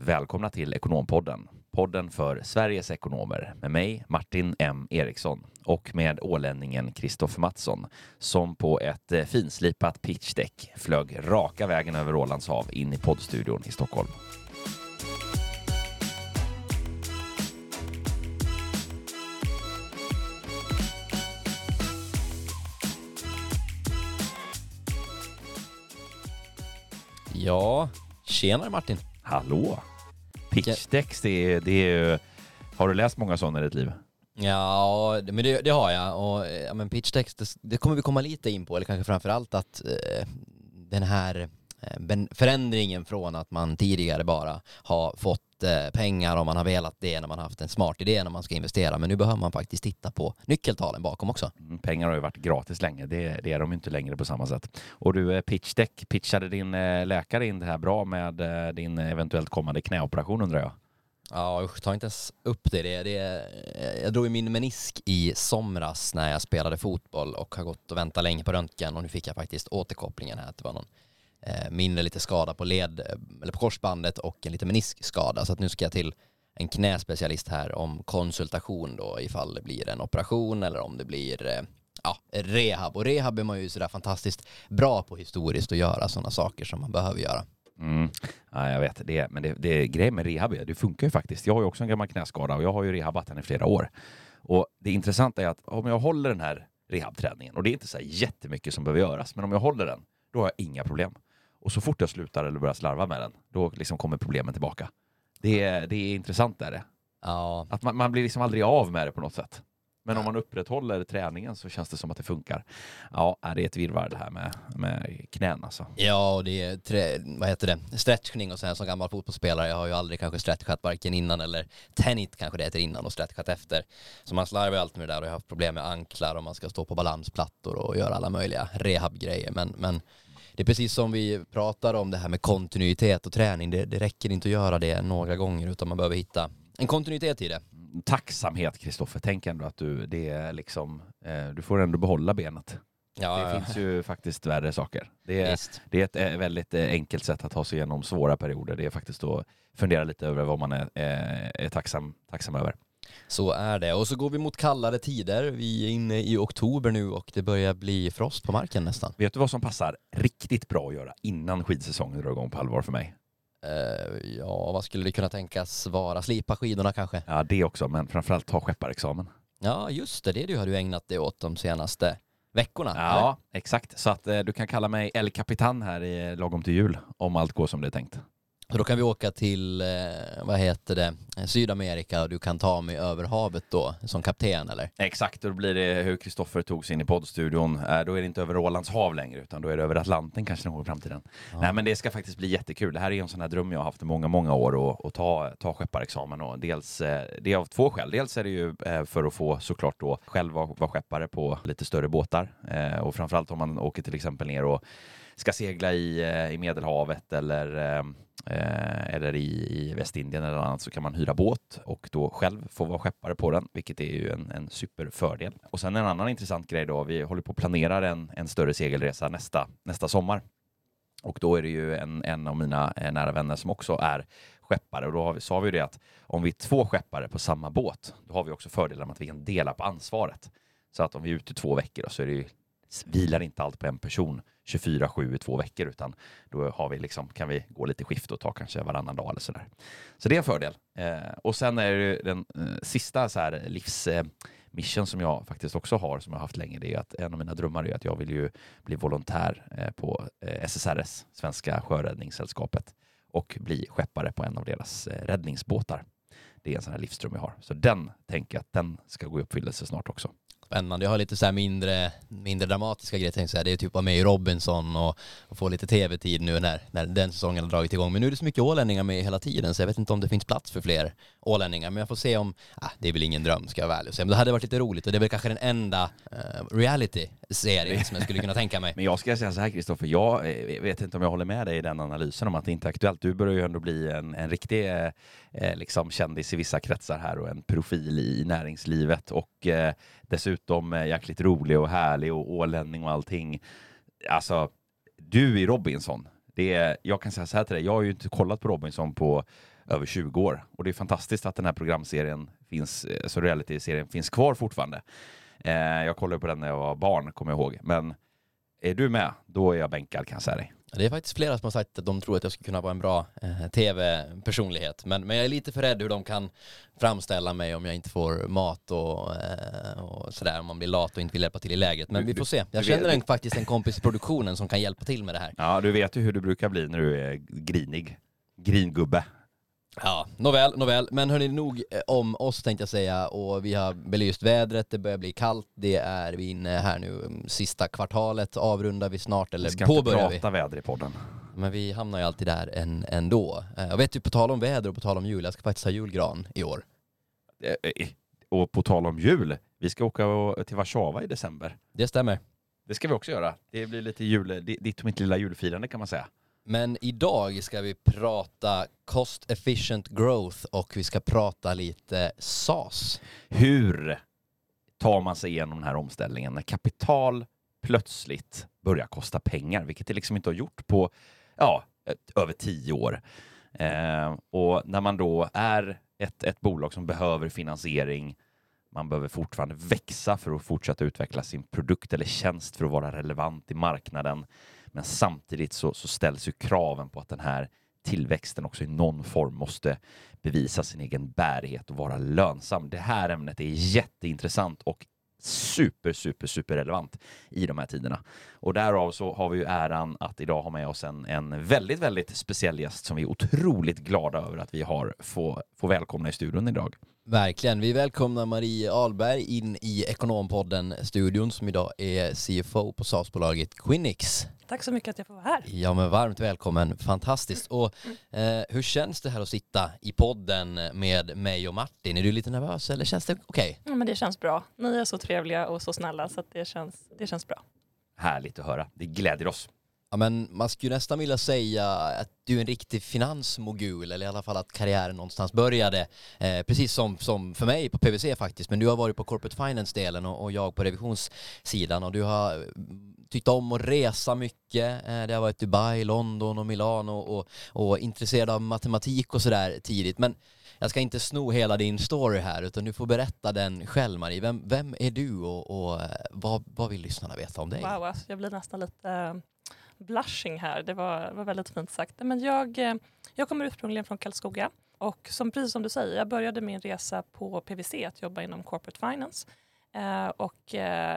välkomna till Ekonompodden. Podden för Sveriges ekonomer med mig, Martin M. Eriksson, och med ålänningen Kristoffer Mattsson, som på ett finslipat pitchdeck flög raka vägen över Ålands hav in i poddstudion i Stockholm. Ja, tjenare Martin. Hallå! Pitchdecks, det är ju... Har du läst många sådana i ditt liv? Ja, men det har jag. Och ja, men pitchdecks, det kommer vi komma lite in på. Eller kanske framförallt att den här förändringen från att man tidigare bara har fått pengar om man har velat det när man har haft en smart idé när man ska investera. Men nu behöver man faktiskt titta på nyckeltalen bakom också. Pengar har ju varit gratis länge. Det är de inte längre på samma sätt. Och du, pitchade din läkare in det här bra med din eventuellt kommande knäoperation, undrar jag? Ja, usch, ta inte ens upp det. Jag drog i min menisk i somras när jag spelade fotboll och har gått och väntat länge på röntgen, och nu fick jag faktiskt återkopplingen här att det var någon mindre lite skada på led eller på korsbandet och en liten meniskskada, så att nu ska jag till en knäspecialist här om konsultation då, ifall det blir en operation eller om det blir rehab. Och rehab är man ju sådär fantastiskt bra på historiskt att göra sådana saker som man behöver göra. Ja, jag vet det, men det är grejen med rehab, det funkar ju faktiskt. Jag har ju också en gammal knäskada och jag har ju rehabat den i flera år. Och det intressanta är att om jag håller den här rehabträningen, och det är inte så här jättemycket som behöver göras, men om jag håller den, då har jag inga problem. Och så fort jag slutar eller börjar slarva med den, då liksom kommer problemen tillbaka. Det är intressant är det. Ja. Att man blir liksom aldrig av med det på något sätt. Men om man upprätthåller träningen så känns det som att det funkar. Ja, det är ett virrvarr det här med knän alltså. Ja, och det är stretchning, och sen som gammal fotbollsspelare, jag har ju aldrig kanske stretchat varken innan eller tennit kanske det heter innan och stretchat efter. Så man slarvar ju alltid med det där, och jag har haft problem med anklar och man ska stå på balansplattor och göra alla möjliga rehabgrejer. Men det är precis som vi pratar om det här med kontinuitet och träning. Det räcker inte att göra det några gånger, utan man behöver hitta en kontinuitet i det. Tacksamhet, Kristoffer. Tänk ändå att det är liksom, du får ändå behålla benet. Ja, det finns ju faktiskt värre saker. Det är ett väldigt enkelt sätt att ta sig igenom svåra perioder. Det är faktiskt att fundera lite över vad man är tacksam över. Så är det. Och så går vi mot kallare tider. Vi är inne i oktober nu och det börjar bli frost på marken nästan. Vet du vad som passar riktigt bra att göra innan skidsäsongen drar igång på allvar för mig? Ja, vad skulle det kunna tänkas vara? Slipa skidorna kanske? Ja, det också, men framförallt ta skepparexamen. Ja, just det har du ägnat dig åt de senaste veckorna. Ja, eller? exakt. Så att du kan kalla mig El Capitan här i lagom till jul, om allt går som det är tänkt. Så då kan vi åka till, Sydamerika, och du kan ta mig över havet då som kapten, eller? Exakt, då blir det hur Kristoffer tog sig in i poddstudion. Då är det inte över Ålands hav längre, utan då är det över Atlanten kanske någon gång i framtiden. Ja. Nej, men det ska faktiskt bli jättekul. Det här är en sån här dröm jag har haft i många år att ta skepparexamen. Och dels, det är av två skäl. Dels är det ju för att få såklart då själv vara skeppare på lite större båtar. Och framförallt om man åker till exempel ner och ska segla i Medelhavet eller i Västindien eller annat, så kan man hyra båt och då själv få vara skeppare på den, vilket är ju en superfördel. Och sen en annan intressant grej då, vi håller på att planera en större segelresa nästa sommar. Och då är det ju en av mina nära vänner som också är skeppare, och då sa vi ju det att om vi är 2 skeppare på samma båt, då har vi också fördelen med att vi kan dela på ansvaret. Så att om vi är ute 2 veckor då, så är det ju, vilar inte allt på en person 24/7 i 2 veckor, utan då har vi kan vi gå lite skift och ta kanske varannan dag eller sådär. Så det är en fördel. Och sen är det den sista så här livsmission som jag faktiskt också har, som jag har haft länge, det är att en av mina drömmar är att jag vill ju bli volontär på SSRS, Svenska Sjöräddningssällskapet, och bli skeppare på en av deras räddningsbåtar. Det är en sån här livsdröm jag har. Så den tänker jag att den ska gå i uppfyllelse snart också. Spännande. Jag har lite så här mindre dramatiska grejer. Det är typ av mig i Robinson och få lite tv-tid nu när den säsongen har dragit igång. Men nu är det så mycket ålänningar med hela tiden, så jag vet inte om det finns plats för fler ålänningar. Men jag får se om, det är väl ingen dröm, ska jag väl säga. Men det hade varit lite roligt, och det är väl kanske den enda reality-serien som jag skulle kunna tänka mig. Men jag ska säga så här, Kristoffer, jag vet inte om jag håller med dig i den analysen om att det inte är aktuellt. Du börjar ju ändå bli en riktig kändis i vissa kretsar här och en profil i näringslivet, och dessutom jäkligt rolig och härlig och ålänning och allting. Alltså, du i Robinson, jag kan säga så här till dig, jag har ju inte kollat på Robinson på över 20 år. Och det är fantastiskt att den här programserien finns, så reality-serien finns kvar fortfarande. Jag kollade på den när jag var barn, kommer jag ihåg. Men är du med, då är jag bänkad, kan jag säga dig. Det är faktiskt flera som har sagt att de tror att jag skulle kunna vara en bra tv-personlighet. Men jag är lite för rädd hur de kan framställa mig om jag inte får mat och sådär. Om man blir lat och inte vill hjälpa till i läget. Men vi får se. Jag känner faktiskt en kompis i produktionen som kan hjälpa till med det här. Ja, du vet ju hur du brukar bli när du är grinig. Gringubbe. Ja, nåväl. Men hörni, nog om oss tänkte jag säga. Och vi har belyst vädret, det börjar bli kallt. Det är vi inne här nu, sista kvartalet avrundar vi snart. Eller vi ska påbörjar inte prata väder i podden. Men vi hamnar ju alltid där ändå. Jag vet ju, på tal om väder och på tal om jul, jag ska faktiskt ha julgran i år. Och på tal om jul, vi ska åka till Warszawa i december. Det stämmer. Det ska vi också göra. Det blir lite ditt och mitt lilla julfirande, kan man säga. Men idag ska vi prata cost efficient growth och vi ska prata lite SaaS. Hur tar man sig igenom den här omställningen när kapital plötsligt börjar kosta pengar, vilket det liksom inte har gjort på över 10 år. Och när man då är ett bolag som behöver finansiering, man behöver fortfarande växa för att fortsätta utveckla sin produkt eller tjänst för att vara relevant i marknaden. Men samtidigt så ställs ju kraven på att den här tillväxten också i någon form måste bevisa sin egen bärighet och vara lönsam. Det här ämnet är jätteintressant och super relevant i de här tiderna. Och därav så har vi ju äran att idag ha med oss en väldigt, väldigt speciell gäst som vi är otroligt glada över att vi har få välkomna i studion idag. Verkligen. Vi välkomnar Marie Ahlberg in i Ekonompodden-studion som idag är CFO på SaaS-bolaget Quinyx. Tack så mycket att jag får vara här. Ja, men varmt välkommen. Fantastiskt. Och hur känns det här att sitta i podden med mig och Martin? Är du lite nervös eller känns det okej? Ja, men det känns bra. Ni är så trevliga och så snälla så att det känns bra. Härligt att höra. Det gläder oss. Ja, men man skulle nästan vilja säga att du är en riktig finansmogul, eller i alla fall att karriären någonstans började. Precis som för mig på PwC faktiskt, men du har varit på corporate finance-delen och jag på revisionssidan, och du har tyckt om att resa mycket. Det har varit Dubai, London och Milano och intresserad av matematik och sådär tidigt. Men jag ska inte sno hela din story här, utan du får berätta den själv, Marie. Vem är du och vad vill lyssnarna veta om dig? Wow, alltså, jag blir nästan lite blushing här. Det var väldigt fint sagt. Men jag kommer ursprungligen från Karlskoga och precis som du säger, jag började min resa på PwC att jobba inom corporate finance och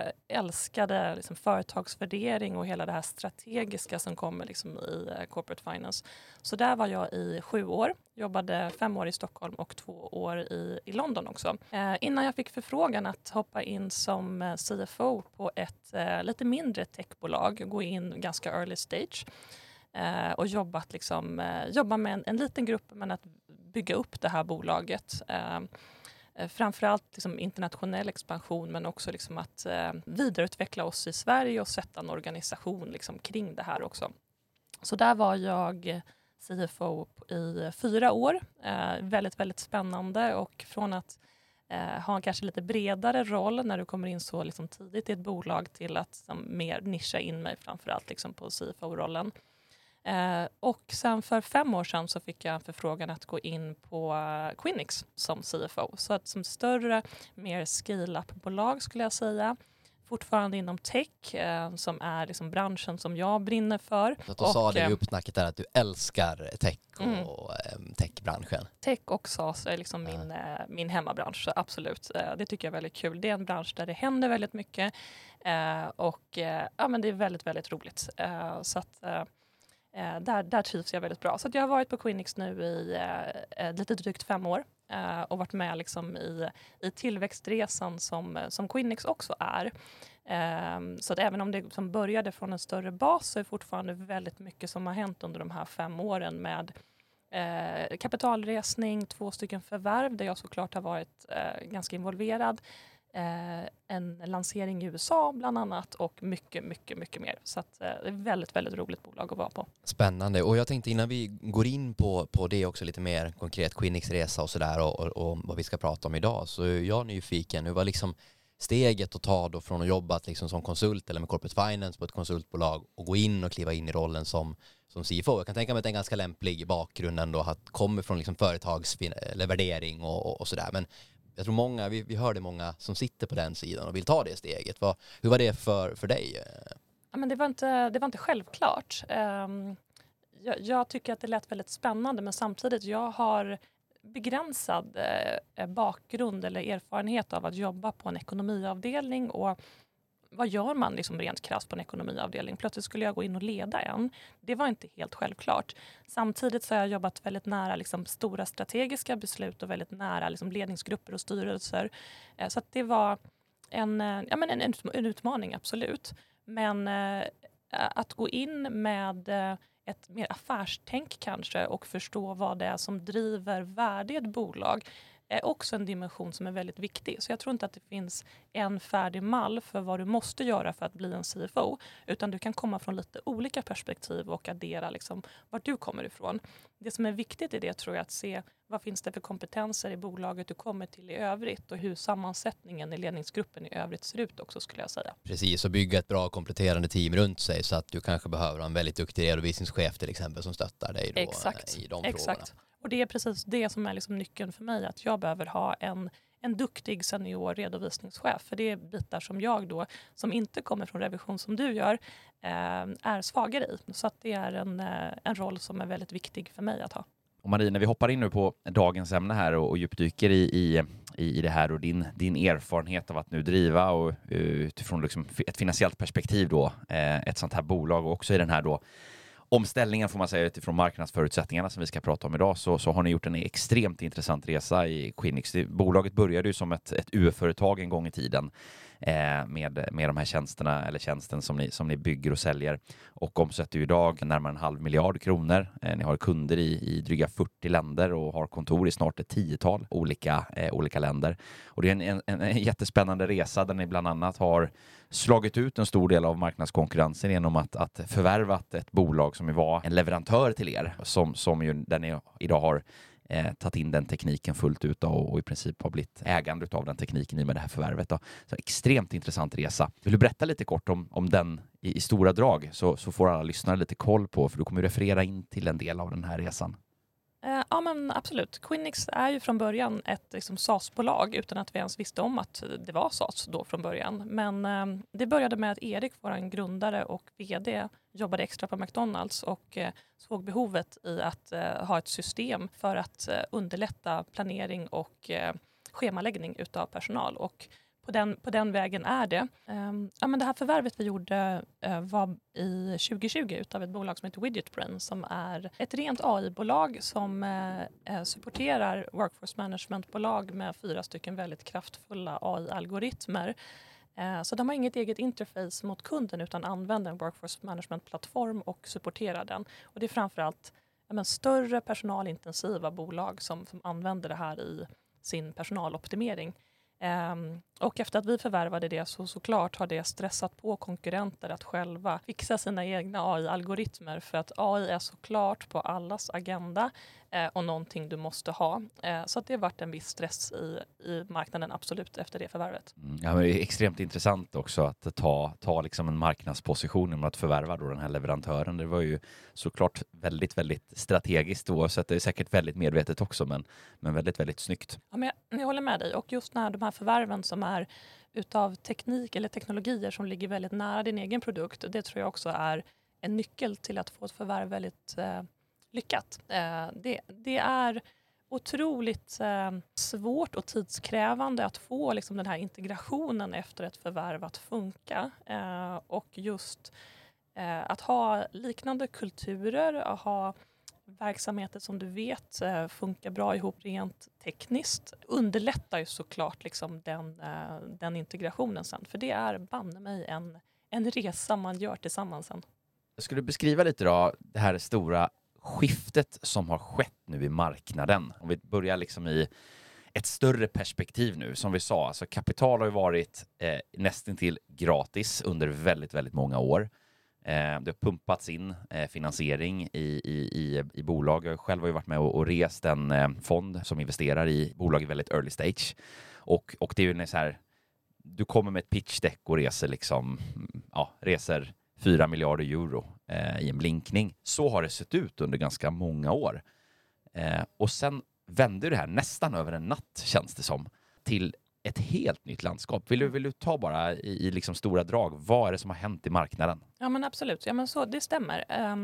älskade liksom företagsvärdering och hela det här strategiska som kommer liksom i corporate finance. Så där var jag i 7 år, jobbade 5 år i Stockholm och 2 år i London också. Innan jag fick förfrågan att hoppa in som CFO på ett lite mindre techbolag, gå in ganska early stage och jobba med en liten grupp, men att bygga upp det här bolaget. Framförallt liksom internationell expansion, men också liksom att vidareutveckla oss i Sverige och sätta en organisation liksom kring det här också. Så där var jag CFO i 4 år. Väldigt, väldigt spännande, och från att ha en kanske lite bredare roll när du kommer in så liksom tidigt i ett bolag till att liksom mer nischa in mig framförallt liksom på CFO-rollen. Och sen för 5 år sedan så fick jag en förfrågan att gå in på Quinyx som CFO. Så att som större, mer scale-up-bolag skulle jag säga. Fortfarande inom tech som är liksom branschen som jag brinner för. Så att du sa det i uppsnacket där att du älskar tech och techbranschen. Tech och SaaS är liksom min hemmabransch, så absolut. Det tycker jag är väldigt kul. Det är en bransch där det händer väldigt mycket och men det är väldigt, väldigt roligt. Så att där trivs jag väldigt bra. Så att jag har varit på Quinyx nu i lite drygt 5 år och varit med liksom i tillväxtresan som Quinyx också är. Så att även om det som började från en större bas så är det fortfarande väldigt mycket som har hänt under de här 5 åren med kapitalresning, 2 stycken förvärv där jag såklart har varit ganska involverad. En lansering i USA bland annat och mycket, mycket, mycket mer. Så att, det är väldigt, väldigt roligt bolag att vara på. Spännande. Och jag tänkte innan vi går in på det också lite mer konkret, Quinyx resa och sådär och vad vi ska prata om idag, så är jag nyfiken. Hur var liksom steget att ta då från att jobba liksom som konsult eller med corporate finance på ett konsultbolag och gå in och kliva in i rollen som CFO. Jag kan tänka mig att det är en ganska lämplig bakgrund ändå att komma från liksom eller värdering och sådär. Men jag tror många, vi hörde många som sitter på den sidan och vill ta det steget. Hur var det för dig? Ja, men det var inte självklart. Jag tycker att det lät väldigt spännande, men samtidigt jag har begränsad bakgrund eller erfarenhet av att jobba på en ekonomiavdelning, och vad gör man liksom rent krasst på en ekonomiavdelning? Plötsligt skulle jag gå in och leda en. Det var inte helt självklart. Samtidigt så har jag jobbat väldigt nära liksom stora strategiska beslut och väldigt nära liksom ledningsgrupper och styrelser. Så att det var en utmaning, absolut. Men att gå in med ett mer affärstänk kanske och förstå vad det är som driver värde i ett bolag är också en dimension som är väldigt viktig. Så jag tror inte att det finns en färdig mall för vad du måste göra för att bli en CFO, utan du kan komma från lite olika perspektiv och addera liksom vart du kommer ifrån. Det som är viktigt i det tror jag att se vad finns det för kompetenser i bolaget du kommer till i övrigt och hur sammansättningen i ledningsgruppen i övrigt ser ut också, skulle jag säga. Precis, och bygga ett bra kompletterande team runt sig så att du kanske behöver en väldigt duktig redovisningschef till exempel som stöttar dig då. Exakt. I de Exakt. frågorna. Och det är precis det som är liksom nyckeln för mig, att jag behöver ha en duktig senior redovisningschef. För det är bitar som jag då, som inte kommer från revision som du gör, är svagare i. Så att det är en roll som är väldigt viktig för mig att ha. Och Marie, när vi hoppar in nu på dagens ämne här och djupdyker i det här och din erfarenhet av att nu driva och utifrån liksom ett finansiellt perspektiv då, ett sånt här bolag, och också i den här då omställningen får man säga utifrån marknadsförutsättningarna som vi ska prata om idag, så har ni gjort en extremt intressant resa i Quinyx. Bolaget började ju som ett UF-företag en gång i tiden med de här tjänsterna, eller tjänsten som ni bygger och säljer, och omsätter ju idag närmare 500 miljoner kronor. Ni har kunder i dryga 40 länder och har kontor i snart ett 10-tal olika länder. Och det är en jättespännande resa där ni bland annat har slagit ut en stor del av marknadskonkurrensen genom att förvärva ett bolag som var en leverantör till er, som ju där ni idag har tagit in den tekniken fullt ut och i princip har blivit ägande av den tekniken i med det här förvärvet. Då. Så extremt intressant resa. Vill du berätta lite kort om den i stora drag, så får alla lyssnare lite koll på, för du kommer referera in till en del av den här resan. Ja, men absolut. Quinyx är ju från början ett liksom SaaS-bolag utan att vi ens visste om att det var SaaS då från början. Men det började med att Erik, vår grundare och vd, jobbade extra på McDonalds och såg behovet i att ha ett system för att underlätta planering och schemaläggning utav personal. Och på den vägen är det. Men det här förvärvet vi gjorde var i 2020 utav ett bolag som heter WidgetBrain, som är ett rent AI-bolag som supporterar workforce management-bolag med 4 stycken väldigt kraftfulla AI-algoritmer. Så de har inget eget interface mot kunden utan använder en workforce management-plattform och supporterar den. Och det är framförallt större personalintensiva bolag som använder det här i sin personaloptimering. Och efter att vi förvärvade det så såklart har det stressat på konkurrenter att själva fixa sina egna AI-algoritmer, för att AI är såklart på allas agenda och någonting du måste ha. Så att det har varit en viss stress i marknaden absolut efter det förvärvet. Ja, men det är extremt intressant också att ta liksom en marknadsposition med att förvärva då den här leverantören. Det var ju såklart väldigt, väldigt strategiskt då, så att det är säkert väldigt medvetet också, men väldigt, väldigt snyggt. Ja, men jag håller med dig, och just när de här förvärven som är utav teknik eller teknologier som ligger väldigt nära din egen produkt, det tror jag också är en nyckel till att få ett förvärv väldigt lyckat. Det är otroligt svårt och tidskrävande att få liksom den här integrationen efter ett förvärv att funka. Och just att ha liknande kulturer, att ha verksamheter som du vet funkar bra ihop rent tekniskt, underlättar ju såklart liksom den integrationen sen. För det är banne mig en resa man gör tillsammans sen. Jag skulle beskriva lite då det här stora skiftet som har skett nu i marknaden. Om vi börjar liksom i ett större perspektiv nu, som vi sa, alltså kapital har ju varit nästan till gratis under väldigt, väldigt många år. Det har pumpats in finansiering i bolag. Jag själv har ju varit med och rest en fond som investerar i bolag i väldigt early stage. Och det är ju så här, du kommer med ett pitchdeck och reser 4 miljarder euro i en blinkning. Så har det sett ut under ganska många år. Och sen vände det här nästan över en natt, känns det som, till ett helt nytt landskap. Vill du ta bara i liksom stora drag, vad är det som har hänt i marknaden? Ja, men absolut. Ja, men så, det stämmer.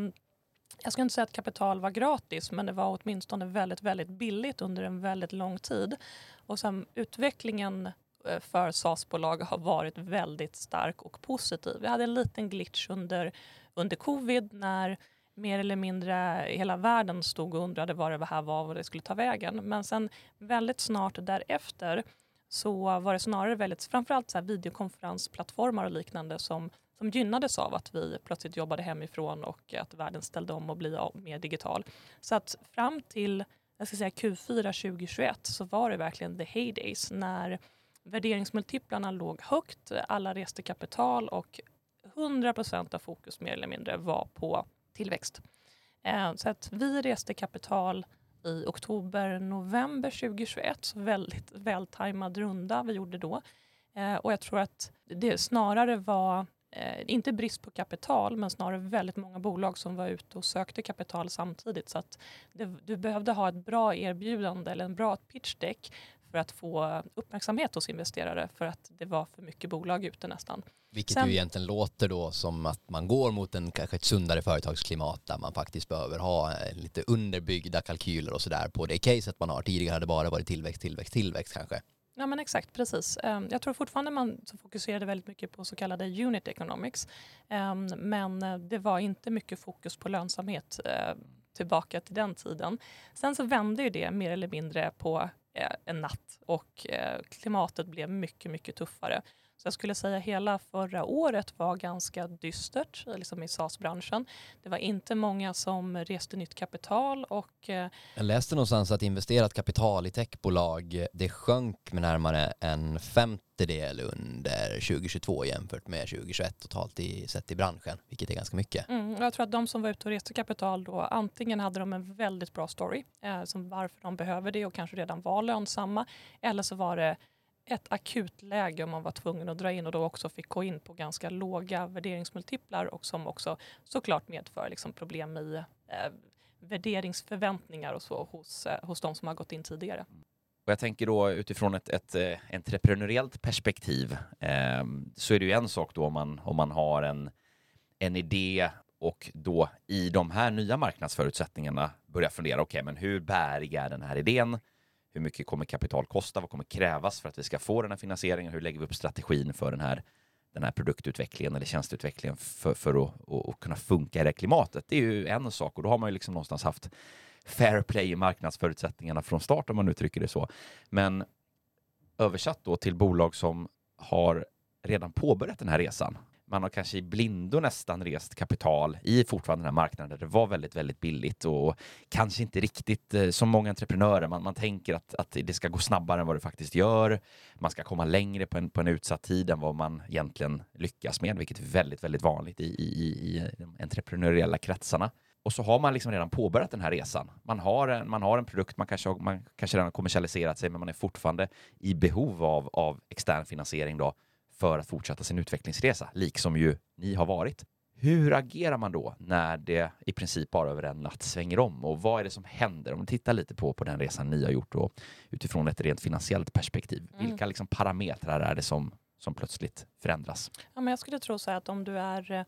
Jag ska inte säga att kapital var gratis, men det var åtminstone väldigt, väldigt billigt under en väldigt lång tid. Och sen utvecklingen för SaaS-bolag har varit väldigt stark och positiv. Vi hade en liten glitch under covid när mer eller mindre hela världen stod och undrade vad det här var och det skulle ta vägen. Men sen väldigt snart därefter så var det snarare framförallt så här videokonferensplattformar och liknande som gynnades av att vi plötsligt jobbade hemifrån och att världen ställde om och blev mer digital. Så att fram till Q4 2021 så var det verkligen the heydays när värderingsmultiplarna låg högt, alla reste kapital och 100% av fokus mer eller mindre var på tillväxt. Så att vi reste kapital i oktober-november 2021, så väldigt vältajmad runda vi gjorde då. Och jag tror att det snarare var inte brist på kapital, men snarare väldigt många bolag som var ute och sökte kapital samtidigt. Så att du behövde ha ett bra erbjudande eller en bra pitchdeck för att få uppmärksamhet hos investerare, för att det var för mycket bolag ute nästan. Vilket ju egentligen låter då som att man går mot kanske ett sundare företagsklimat där man faktiskt behöver ha lite underbyggda kalkyler och sådär på det caset man har. Tidigare hade det bara varit tillväxt kanske. Ja, men exakt, precis. Jag tror fortfarande man fokuserade väldigt mycket på så kallade unit economics. Men det var inte mycket fokus på lönsamhet tillbaka till den tiden. Sen så vände ju det mer eller mindre på en natt och klimatet blev mycket, mycket tuffare. Så jag skulle säga hela förra året var ganska dystert liksom i SaaS-branschen. Det var inte många som reste nytt kapital. Och jag läste någonstans att investerat kapital i techbolag, det sjönk med närmare en 50-del under 2022 jämfört med 2021 totalt sett i branschen, vilket är ganska mycket. Jag tror att de som var ute och reste kapital då, antingen hade de en väldigt bra story som varför de behöver det och kanske redan var lönsamma, eller så var det ett akut läge om man var tvungen att dra in och då också fick gå in på ganska låga värderingsmultiplar och som också såklart medför liksom problem i värderingsförväntningar och så hos de som har gått in tidigare. Och jag tänker då utifrån ett entreprenöriellt perspektiv så är det ju en sak då om man har en idé och då i de här nya marknadsförutsättningarna börjar fundera, okej, men hur bärig är den här idén? Hur mycket kommer kapital kosta? Vad kommer krävas för att vi ska få den här finansieringen? Hur lägger vi upp strategin för den här produktutvecklingen eller tjänsteutvecklingen för att kunna funka i det klimatet? Det är ju en sak och då har man ju liksom någonstans haft fair play i marknadsförutsättningarna från start om man uttrycker det så. Men översatt då till bolag som har redan påbörjat den här resan. Man har kanske i blindo nästan rest kapital i fortfarande den här marknaden där det var väldigt, väldigt billigt och kanske inte riktigt som många entreprenörer. Man tänker att det ska gå snabbare än vad det faktiskt gör. Man ska komma längre på en utsatt tid än vad man egentligen lyckas med, vilket är väldigt, väldigt vanligt i de entreprenöriella kretsarna. Och så har man liksom redan påbörjat den här resan. Man har en produkt, man kanske redan har kommersialiserat sig, men man är fortfarande i behov av extern finansiering då för att fortsätta sin utvecklingsresa, liksom ju ni har varit. Hur agerar man då när det i princip bara över en natt svänger om? Och vad är det som händer? Om vi tittar lite på den resan ni har gjort då, utifrån ett rent finansiellt perspektiv. Vilka liksom parametrar är det som plötsligt förändras? Ja, men jag skulle tro så här att om du är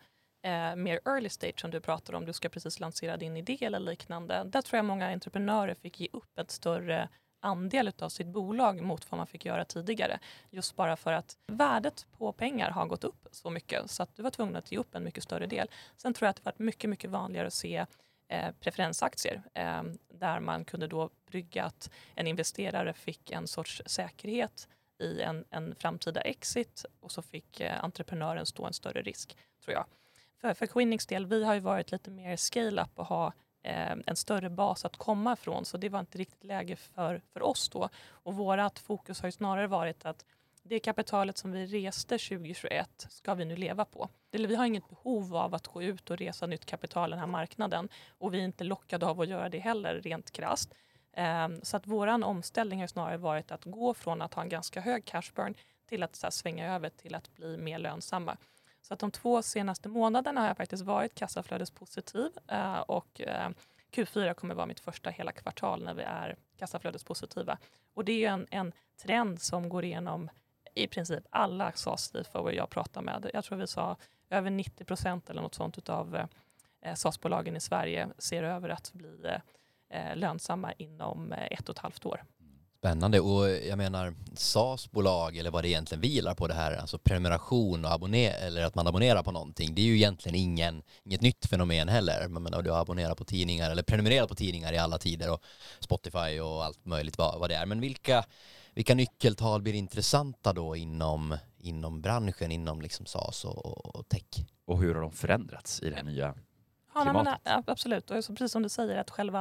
mer early stage som du pratar om, du ska precis lansera din idé eller liknande. Där tror jag många entreprenörer fick ge upp ett större andel av sitt bolag mot vad man fick göra tidigare. Just bara för att värdet på pengar har gått upp så mycket så att du var tvungen att ge upp en mycket större del. Sen tror jag att det varit mycket, mycket vanligare att se preferensaktier där man kunde då brygga att en investerare fick en sorts säkerhet i en framtida exit och så fick entreprenören stå en större risk, tror jag. För Quinyx del, vi har ju varit lite mer scale-up och ha en större bas att komma ifrån, så det var inte riktigt läge för oss då. Och vårat fokus har ju snarare varit att det kapitalet som vi reste 2021 ska vi nu leva på. Vi har inget behov av att gå ut och resa nytt kapital i den här marknaden och vi är inte lockade av att göra det heller rent krasst. Så att våran omställning har snarare varit att gå från att ha en ganska hög cash burn till att så här, svänga över till att bli mer lönsamma. Så att de 2 senaste månaderna har jag faktiskt varit kassaflödespositiv och Q4 kommer vara mitt första hela kvartal när vi är kassaflödespositiva. Och det är ju en trend som går igenom i princip alla SaaS-CFO:er jag pratar med. Jag tror vi sa över 90% eller något sånt av SaaS-bolagen i Sverige ser över att bli lönsamma inom 1,5 år. Spännande, och jag menar SaaS-bolag eller vad det egentligen vilar på det här, alltså prenumeration och eller att man abonnerar på någonting, det är ju egentligen inget nytt fenomen heller. Man menar, du har abonnerat på tidningar eller prenumererat på tidningar i alla tider och Spotify och allt möjligt vad det är. Men vilka nyckeltal blir intressanta då inom branschen, inom liksom SaaS och tech? Och hur har de förändrats i det nya klimatet? Ja, absolut, och precis som du säger att själva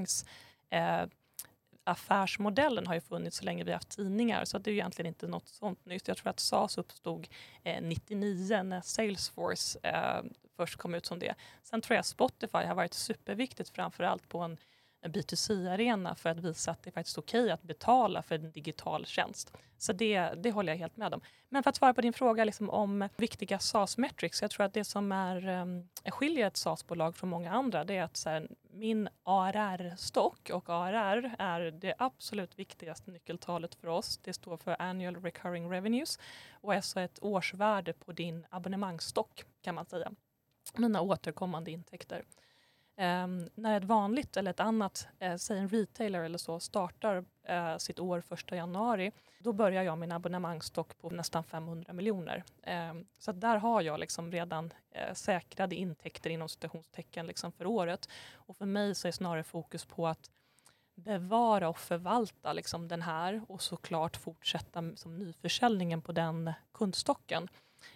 affärsmodellen har ju funnits så länge vi har haft tidningar, så det är ju egentligen inte något sånt nytt. Jag tror att SaaS uppstod 99 när Salesforce först kom ut som det. Sen tror jag Spotify har varit superviktigt framförallt på en B2C-arena för att visa att det är faktiskt okej att betala för en digital tjänst. Så det håller jag helt med om. Men för att svara på din fråga liksom om viktiga SaaS-metrics, jag tror att det som skiljer ett SaaS-bolag från många andra, det är att så här, min ARR-stock, och ARR är det absolut viktigaste nyckeltalet för oss. Det står för Annual Recurring Revenues och är så ett årsvärde på din abonnemangsstock, kan man säga. Mina återkommande intäkter. När ett vanligt eller ett annat, säg en retailer eller så, startar sitt år 1 januari, då börjar jag min abonnemangsstock på nästan 500 miljoner. Så där har jag liksom redan säkrade intäkter inom citationstecken liksom för året. Och för mig så är snarare fokus på att bevara och förvalta liksom den här och såklart fortsätta som nyförsäljningen på den kundstocken.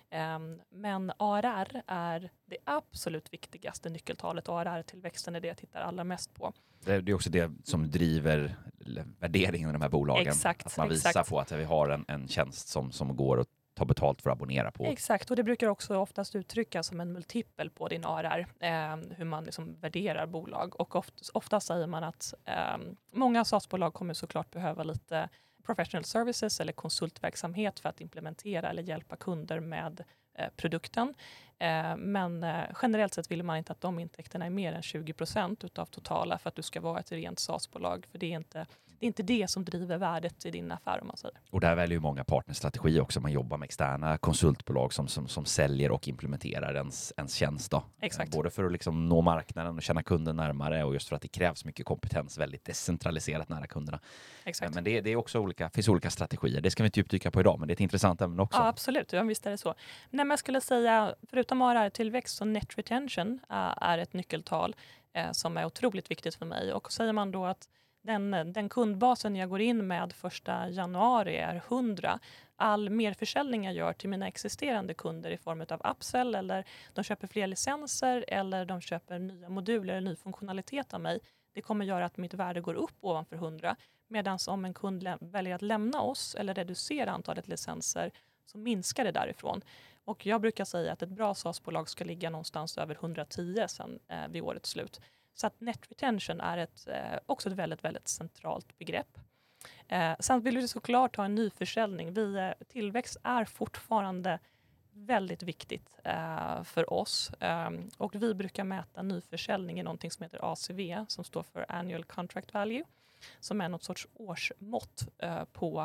Men ARR är det absolut viktigaste nyckeltalet. ARR-tillväxten är det jag tittar allra mest på. Det är också det som driver värderingen av de här bolagen. Exakt, att man visar på att vi har en tjänst som går att ta betalt för att abonnera på. Exakt, och det brukar också oftast uttryckas som en multipel på din ARR. Hur man liksom värderar bolag. Och ofta säger man att många SaaS-bolag kommer såklart behöva lite professional services eller konsultverksamhet för att implementera eller hjälpa kunder med produkten. Men generellt sett vill man inte att de intäkterna är mer än 20% utav totala för att du ska vara ett rent SaaS-bolag. För det är inte det som driver värdet i din affär, om man säger. Och där väljer ju många partnerstrategi också. Man jobbar med externa konsultbolag som säljer och implementerar ens tjänst. Då. Exakt. Både för att liksom nå marknaden och känna kunden närmare och just för att det krävs mycket kompetens väldigt decentraliserat nära kunderna. Exakt. Men det är också finns olika strategier. Det ska vi inte djupdyka på idag, men det är ett intressant ämne också. Ja, absolut. Ja, visst är det så. Nej, men jag skulle säga, förutom ARR-tillväxt så net retention är ett nyckeltal som är otroligt viktigt för mig. Och säger man då att den kundbasen jag går in med 1 januari är 100. All merförsäljning jag gör till mina existerande kunder i form av upsell, eller de köper fler licenser eller de köper nya moduler eller ny funktionalitet av mig. Det kommer göra att mitt värde går upp ovanför 100. Medan om en kund väljer att lämna oss eller reducera antalet licenser så minskar det därifrån. Och jag brukar säga att ett bra SaaS-bolag ska ligga någonstans över 110 sen vid årets slut. Så att net retention är också ett väldigt, väldigt centralt begrepp. Sen vill vi såklart ha en nyförsäljning. Tillväxt är fortfarande väldigt viktigt för oss. Och vi brukar mäta nyförsäljning i någonting som heter ACV, som står för Annual Contract Value, som är något sorts årsmått på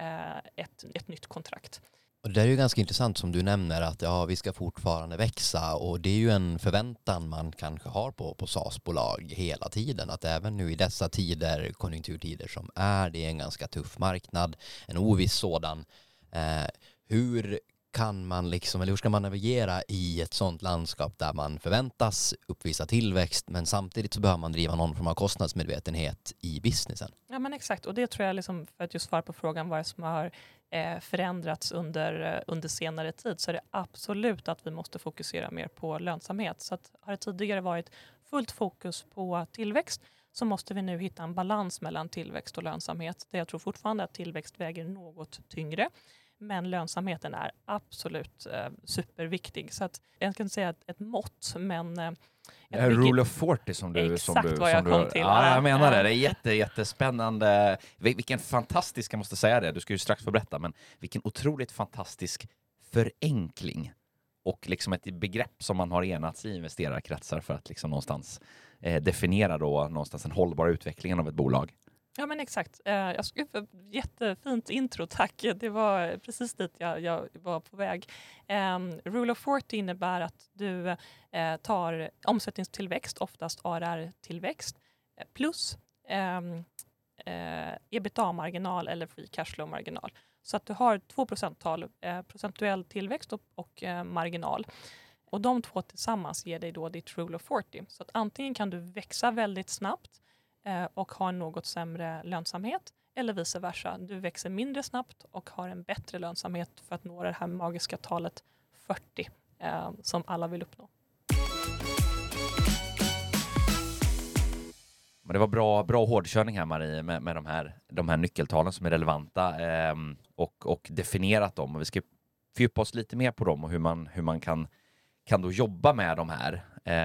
ett nytt kontrakt. Och det är ju ganska intressant som du nämner att vi ska fortfarande växa, och det är ju en förväntan man kanske har på SaaS-bolag hela tiden, att även nu i dessa tider, konjunkturtider som det är en ganska tuff marknad, en oviss sådan. Hur kan man hur ska man navigera i ett sådant landskap där man förväntas uppvisa tillväxt, men samtidigt så behöver man driva någon form av kostnadsmedvetenhet i businessen? Ja, men exakt, och det tror jag för att just svara på frågan vad som har förändrats under senare tid, så är det absolut att vi måste fokusera mer på lönsamhet. Så att har det tidigare varit fullt fokus på tillväxt, så måste vi nu hitta en balans mellan tillväxt och lönsamhet. Jag tror fortfarande att tillväxt väger något tyngre, men lönsamheten är absolut superviktig. Så att jag kan inte säga ett mått, men Rule of 40 som du... Exakt vad jag kom till. Ja, jag menar det. Det är jättespännande. Vilken fantastisk, jag måste säga det, du ska ju strax få berätta, men vilken otroligt fantastisk förenkling och liksom ett begrepp som man har enats i investerarkretsar för att liksom någonstans definiera då någonstans en hållbar utvecklingen av ett bolag. Ja men exakt. Jag skulle få jättefint intro, tack. Det var precis dit jag var på väg. Rule of 40 innebär att du tar omsättningstillväxt, oftast ARR-tillväxt, plus EBITDA-marginal eller free cashflow-marginal. Så att du har 2 procenttal, procentuell tillväxt och marginal. Och de två tillsammans ger dig då ditt Rule of 40. Så att antingen kan du växa väldigt snabbt och ha en något sämre lönsamhet, eller vice versa. Du växer mindre snabbt och har en bättre lönsamhet för att nå det här magiska talet 40 som alla vill uppnå. Men det var bra hårdkörning här, Marie, med de här nyckeltalen som är relevanta och definierat dem. Och vi ska fördjupa oss lite mer på dem och hur man kan då jobba med de här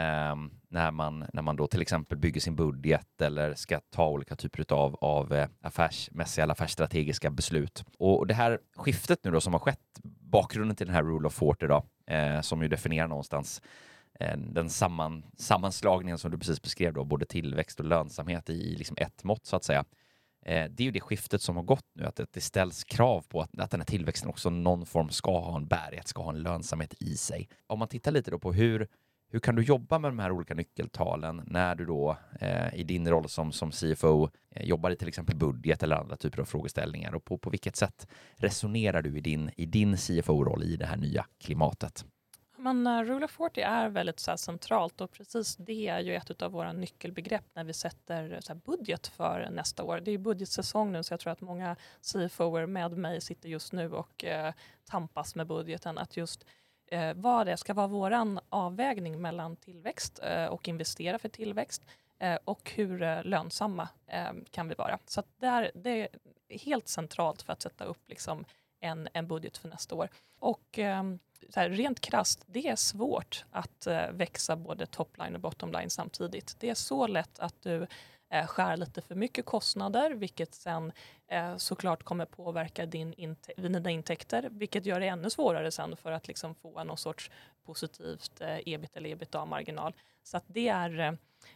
när man då till exempel bygger sin budget eller ska ta olika typer av affärsmässiga eller affärsstrategiska beslut. Och det här skiftet nu då som har skett, bakgrunden till den här Rule of 40 då, som ju definierar någonstans den sammanslagningen som du precis beskrev då, både tillväxt och lönsamhet i liksom ett mått så att säga. Det är ju det skiftet som har gått nu, att det ställs krav på att den här tillväxten också någon form ska ha en bärighet, ska ha en lönsamhet i sig. Om man tittar lite då på hur kan du jobba med de här olika nyckeltalen när du då i din roll som CFO jobbar i till exempel budget eller andra typer av frågeställningar, och på vilket sätt resonerar du i din CFO-roll i det här nya klimatet? Men Rule of 40 är väldigt så här centralt, och precis det är ju ett av våra nyckelbegrepp när vi sätter så här budget för nästa år. Det är ju budgetsäsong nu, så jag tror att många CFO:er med mig sitter just nu och tampas med budgeten. Att just vad det ska vara våran avvägning mellan tillväxt och investera för tillväxt och hur lönsamma kan vi vara. Så att det är helt centralt för att sätta upp liksom en budget för nästa år. Och så här, rent krasst, det är svårt att växa både topline och bottomline samtidigt. Det är så lätt att du skär lite för mycket kostnader, vilket sen såklart kommer påverka dina intäkter, vilket gör det ännu svårare sen för att liksom få någon sorts positivt ebit eller ebitda-marginal. Så att det är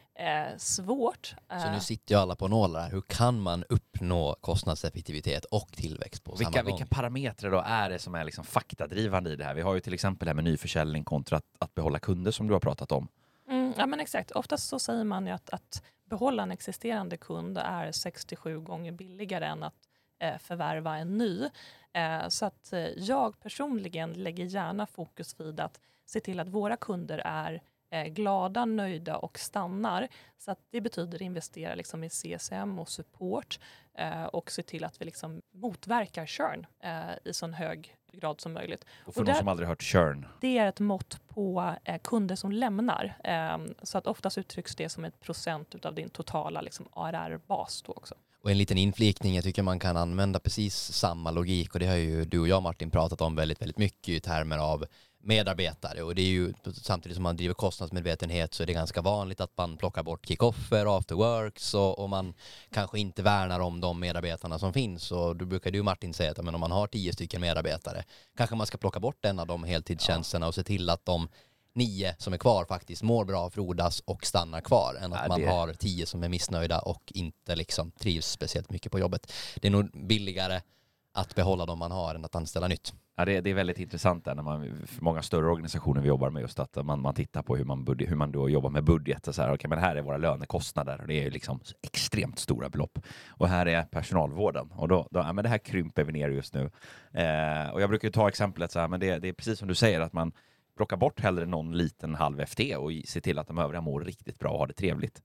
svårt. Så nu sitter ju alla på nålar. Hur kan man uppnå kostnadseffektivitet och tillväxt på samma gång? Vilka parametrar då är det som är liksom faktadrivande i det här? Vi har ju till exempel det här med nyförsäljning kontra att behålla kunder som du har pratat om. Ja men exakt. Oftast så säger man ju att behålla en existerande kund är 67 gånger billigare än att förvärva en ny. Så att jag personligen lägger gärna fokus vid att se till att våra kunder är glada, nöjda och stannar. Så att det betyder investera liksom i CSM och support och se till att vi liksom motverkar churn i så hög grad som möjligt. Och för någon som aldrig hört churn? Det är ett mått på kunder som lämnar. Så att oftast uttrycks det som 1% av din totala liksom ARR-bas då också. Och en liten inflikning, jag tycker man kan använda precis samma logik, och det har ju du och jag Martin pratat om väldigt, väldigt mycket i termer av medarbetare, och det är ju samtidigt som man driver kostnadsmedvetenhet så är det ganska vanligt att man plockar bort kick-offer, afterworks och man kanske inte värnar om de medarbetarna som finns, och då brukar du Martin säga att men om man har 10 stycken medarbetare kanske man ska plocka bort en av de heltidstjänsterna och se till att de 9 som är kvar faktiskt mår bra, frodas och stannar kvar, än att man har 10 som är missnöjda och inte liksom trivs speciellt mycket på jobbet. Det är nog billigare att behålla dem man har än att anställa nytt. Ja, det är väldigt intressant där när för många större organisationer vi jobbar med, just att man tittar på hur man då jobbar med budget och så här, okej, men här är våra lönekostnader och det är ju liksom extremt stora belopp, och här är personalvården och då men det här krymper vi ner just nu, och jag brukar ju ta exemplet så här, men det är precis som du säger, att man plockar bort hellre någon liten halv FT och se till att de övriga mår riktigt bra och har det trevligt,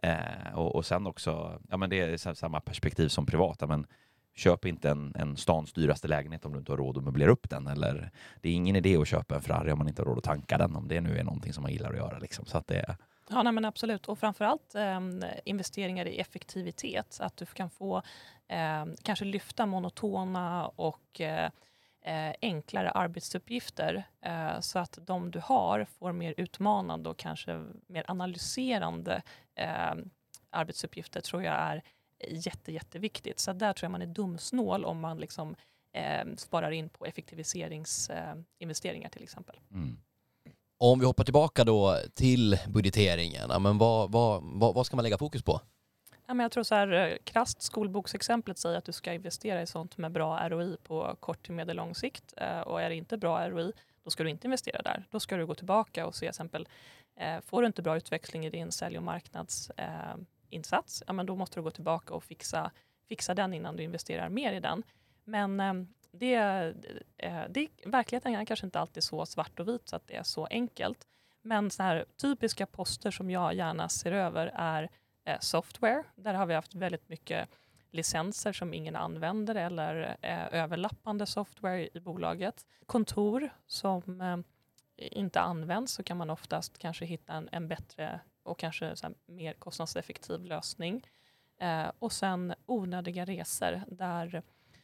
och sen också, ja men det är samma perspektiv som privata, men köp inte en stans dyraste lägenhet om du inte har råd att möblera upp den. Eller det är ingen idé att köpa en Ferrari om man inte har råd att tanka den. Om det nu är någonting som man gillar att göra. Liksom. Så att det... Ja, nej, men absolut. Och framförallt investeringar i effektivitet. Att du kan få kanske lyfta monotona och enklare arbetsuppgifter så att de du har får mer utmanande och kanske mer analyserande arbetsuppgifter tror jag är jätteviktigt. Så där tror jag man är dumsnål om man liksom sparar in på effektiviseringsinvesteringar till exempel. Om vi hoppar tillbaka då till budgeteringen, men vad ska man lägga fokus på? Ja, men jag tror så här, krasst skolboksexemplet säger att du ska investera i sånt med bra ROI på kort till medellång sikt. Och är det inte bra ROI, då ska du inte investera där. Då ska du gå tillbaka och se exempel, får du inte bra utväxling i din sälj- och marknadsinsats, ja, men då måste du gå tillbaka och fixa den innan du investerar mer i den. Men verkligheten är kanske inte alltid så svart och vit så att det är så enkelt. Men så här typiska poster som jag gärna ser över är software. Där har vi haft väldigt mycket licenser som ingen använder eller överlappande software i bolaget. Kontor som inte används, så kan man oftast kanske hitta en bättre och kanske så här mer kostnadseffektiv lösning. Och sen onödiga resor där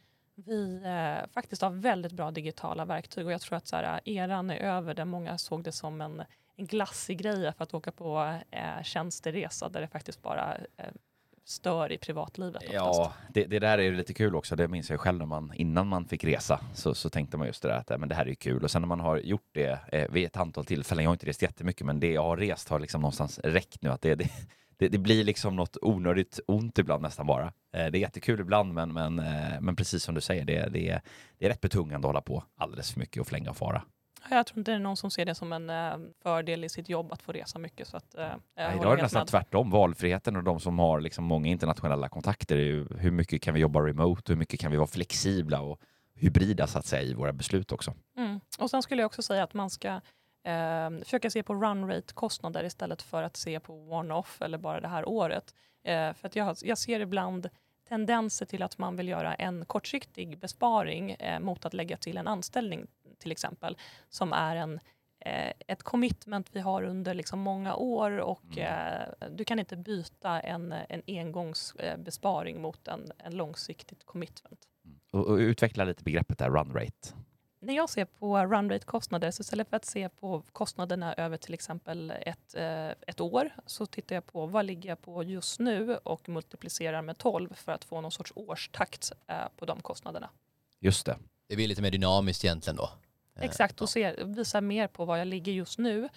vi faktiskt har väldigt bra digitala verktyg, och jag tror att så här, eran är över där många såg det som en glassig grej för att åka på tjänsteresa där det faktiskt bara stör i privatlivet oftast. Ja, det där är lite kul också. Det minns jag själv innan man fick resa så tänkte man just det där att men det här är kul. Och sen när man har gjort det vid ett antal tillfällen, jag har inte rest jättemycket, men det jag har rest har liksom någonstans räckt nu. Att det blir liksom något onödigt ont ibland nästan bara. Det är jättekul ibland, men precis som du säger, det är rätt betungande att hålla på alldeles för mycket och flänga och fara. Jag tror inte det är någon som ser det som en fördel i sitt jobb att få resa mycket. Så att, idag är det nästan med. tvärtom. Valfriheten och de som har liksom många internationella kontakter är ju hur mycket kan vi jobba remote, hur mycket kan vi vara flexibla och hybrida så att säga i våra beslut också. Och sen skulle jag också säga att man ska försöka se på run rate-kostnader istället för att se på one-off eller bara det här året. För att jag ser ibland tendenser till att man vill göra en kortsiktig besparing mot att lägga till en anställning till exempel, som är ett commitment vi har under liksom många år, och du kan inte byta en engångsbesparing mot en långsiktigt commitment. Och utveckla lite begreppet där, run rate. När jag ser på run rate-kostnader, så istället för att se på kostnaderna över till exempel ett år, så tittar jag på vad ligger jag på just nu och multiplicerar med 12 för att få någon sorts årstakt på de kostnaderna. Just det. Det blir lite mer dynamiskt egentligen då. Exakt, och visar mer på vad jag ligger just nu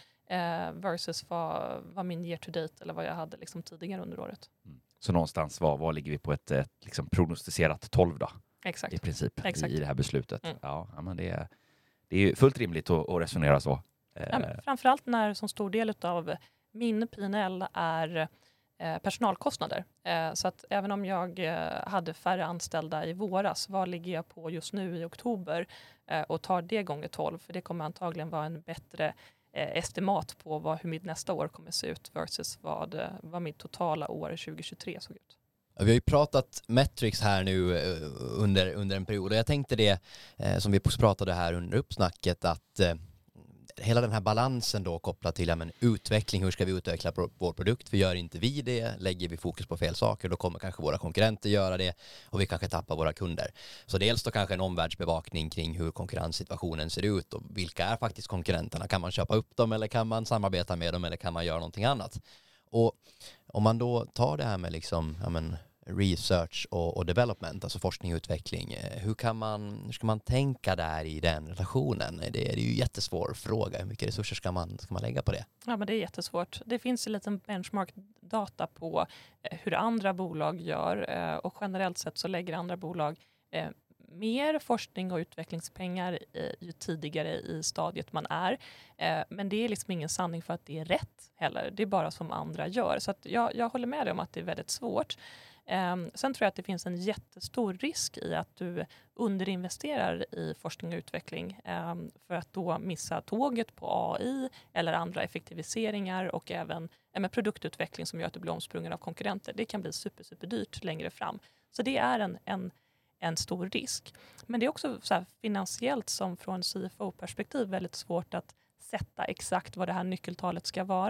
versus vad min year to date eller vad jag hade liksom tidigare under året. Så någonstans var ligger vi på ett liksom prognostiserat 12 då? Exakt. I princip. Exakt. I det här beslutet. Ja, men det är ju fullt rimligt att resonera så. Framförallt när som stor del av min P&L är personalkostnader. Så att även om jag hade färre anställda i våras, vad ligger jag på just nu i oktober och tar det gånger 12, för det kommer antagligen vara en bättre estimat på hur mitt nästa år kommer se ut versus vad mitt totala år 2023 såg ut. Vi har ju pratat metrics här nu under en period, och jag tänkte det som vi pratade här under uppsnacket, att hela den här balansen då kopplat till utveckling, hur ska vi utveckla vår produkt? För gör inte vi det, lägger vi fokus på fel saker, då kommer kanske våra konkurrenter göra det och vi kanske tappar våra kunder. Så dels då kanske en omvärldsbevakning kring hur konkurrenssituationen ser ut och vilka är faktiskt konkurrenterna? Kan man köpa upp dem eller kan man samarbeta med dem eller kan man göra någonting annat? Och om man då tar det här med liksom, research och development, alltså forskning och utveckling, hur ska man tänka där i den relationen? Det är ju en jättesvår fråga. Hur mycket resurser ska man lägga på det? Ja, men det är jättesvårt. Det finns en liten benchmark-data på hur andra bolag gör, och generellt sett så lägger andra bolag mer forskning och utvecklingspengar ju tidigare i stadiet man är. Men det är liksom ingen sanning för att det är rätt heller. Det är bara som andra gör. Så att jag håller med dig om att det är väldigt svårt. Sen tror jag att det finns en jättestor risk i att du underinvesterar i forskning och utveckling för att då missa tåget på AI eller andra effektiviseringar och även produktutveckling som gör att du blir omsprungen av konkurrenter. Det kan bli superdyrt längre fram. Så det är en stor risk. Men det är också så här, finansiellt som från CFO-perspektiv väldigt svårt att sätta exakt vad det här nyckeltalet ska vara.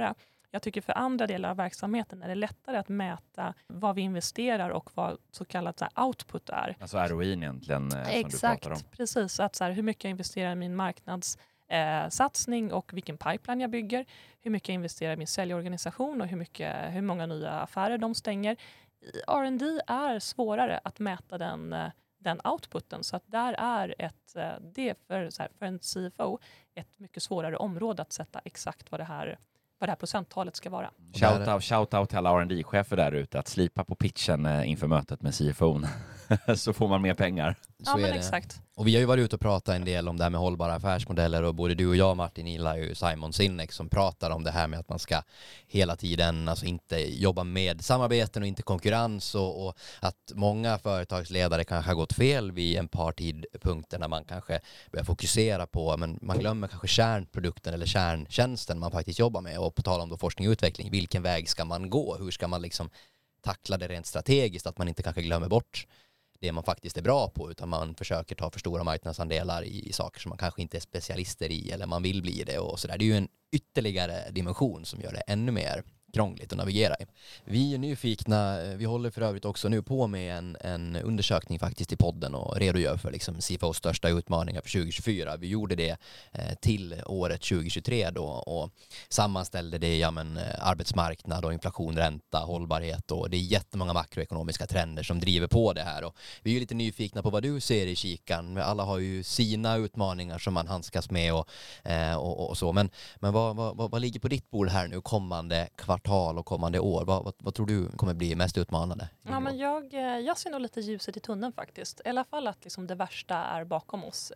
Jag tycker för andra delar av verksamheten är det lättare att mäta vad vi investerar och vad så kallat så här output är. Alltså ROI egentligen som du pratar om. Exakt, precis. Att så här, hur mycket jag investerar i min marknadssatsning och vilken pipeline jag bygger. Hur mycket jag investerar i min säljorganisation och hur många nya affärer de stänger. R&D är svårare att mäta den outputen. Så att där är det för en CFO ett mycket svårare område att sätta exakt vad det här procenttalet ska vara. Shout out till alla R&D-chefer där ute att slipa på pitchen inför mötet med CFO:n. Så får man mer pengar. Ja, men exakt. Och vi har ju varit ute och pratat en del om det här med hållbara affärsmodeller och både du och jag, Martin, gillar ju Simon Sinek som pratar om det här med att man ska hela tiden alltså inte jobba med samarbeten och inte konkurrens och att många företagsledare kanske har gått fel vid en par tidpunkter när man kanske börjar fokusera på, men man glömmer kanske kärnprodukten eller kärntjänsten man faktiskt jobbar med. Och på tal om då forskning och utveckling, vilken väg ska man gå? Hur ska man liksom tackla det rent strategiskt, att man inte kanske glömmer bort det man faktiskt är bra på, utan man försöker ta för stora marknadsandelar i saker som man kanske inte är specialister i eller man vill bli det och sådär. Det är ju en ytterligare dimension som gör det ännu mer krångligt att navigera i. Vi är nyfikna, vi håller för övrigt också nu på med en undersökning faktiskt i podden och redogör för liksom CFOs största utmaningar för 2024. Vi gjorde det till året 2023 då och sammanställde det arbetsmarknad och inflation, ränta, hållbarhet och det är jättemånga makroekonomiska trender som driver på det här och vi är lite nyfikna på vad du ser i kikan. Alla har ju sina utmaningar som man handskas med och så, men vad ligger på ditt bord här nu kommande kvartal och kommande år? Vad tror du kommer bli mest utmanande? Ja, men jag ser nog lite ljuset i tunneln faktiskt. I alla fall att liksom det värsta är bakom oss.